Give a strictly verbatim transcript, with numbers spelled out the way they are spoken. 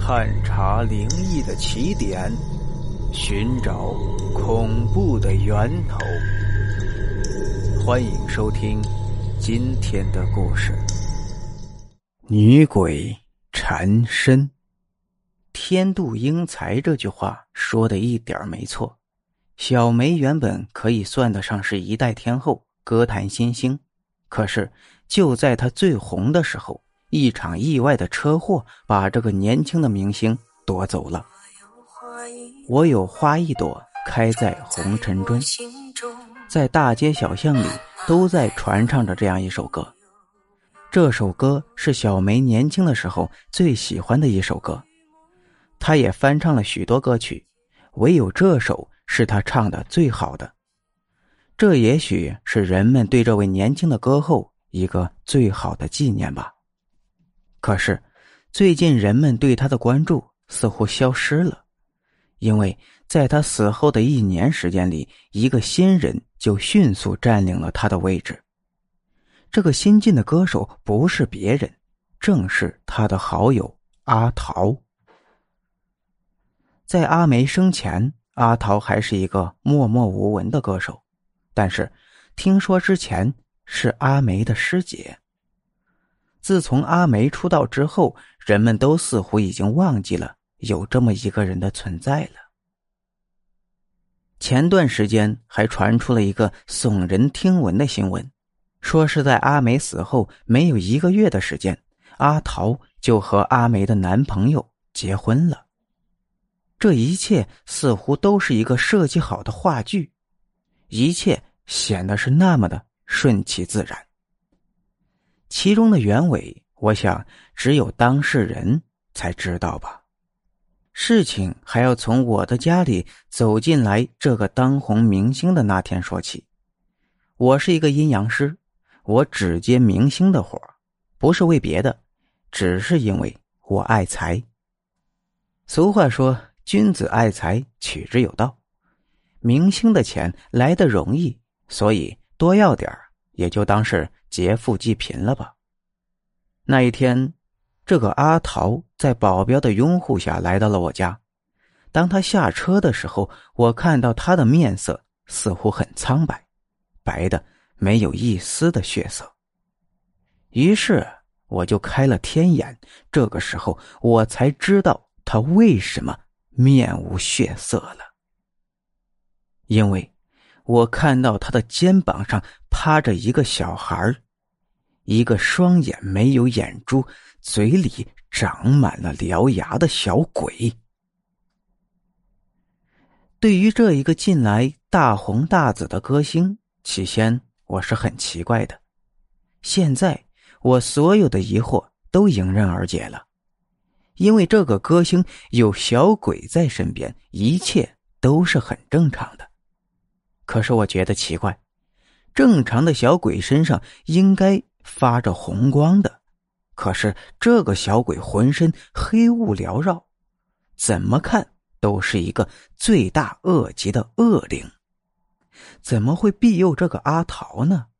探查灵异的起点，寻找恐怖的源头。欢迎收听今天的故事：女鬼缠身。天妒英才这句话说的一点没错，小梅原本可以算得上是一代天后，歌坛新星，可是就在她最红的时候，一场意外的车祸把这个年轻的明星夺走了。我有花一朵开在红尘中，在大街小巷里都在传唱着这样一首歌。这首歌是小梅年轻的时候最喜欢的一首歌，她也翻唱了许多歌曲，唯有这首是她唱的最好的。这也许是人们对这位年轻的歌后一个最好的纪念吧。可是最近人们对她的关注似乎消失了，因为在她死后的一年时间里，一个新人就迅速占领了她的位置。这个新晋的歌手不是别人，正是她的好友阿桃。在阿梅生前，阿桃还是一个默默无闻的歌手，但是听说之前是阿梅的师姐。自从阿梅出道之后，人们都似乎已经忘记了有这么一个人的存在了。前段时间还传出了一个耸人听闻的新闻，说是在阿梅死后没有一个月的时间，阿桃就和阿梅的男朋友结婚了。这一切似乎都是一个设计好的话剧，一切显得是那么的顺其自然。其中的原委，我想只有当事人才知道吧。事情还要从我的家里走进来这个当红明星的那天说起。我是一个阴阳师，我只接明星的活，不是为别的，只是因为我爱财。俗话说，君子爱财，取之有道。明星的钱来得容易，所以多要点也就当是劫富济贫了吧。那一天，这个阿桃在保镖的拥护下来到了我家。当他下车的时候，我看到他的面色似乎很苍白，白的没有一丝的血色。于是我就开了天眼，这个时候我才知道他为什么面无血色了。因为我看到他的肩膀上趴着一个小孩，一个双眼没有眼珠，嘴里长满了獠牙的小鬼。对于这一个近来大红大紫的歌星，起先我是很奇怪的，现在我所有的疑惑都迎刃而解了。因为这个歌星有小鬼在身边，一切都是很正常的。可是我觉得奇怪，正常的小鬼身上应该发着红光的，可是这个小鬼浑身黑雾缭绕，怎么看都是一个罪大恶极的恶灵。怎么会庇佑这个阿桃呢？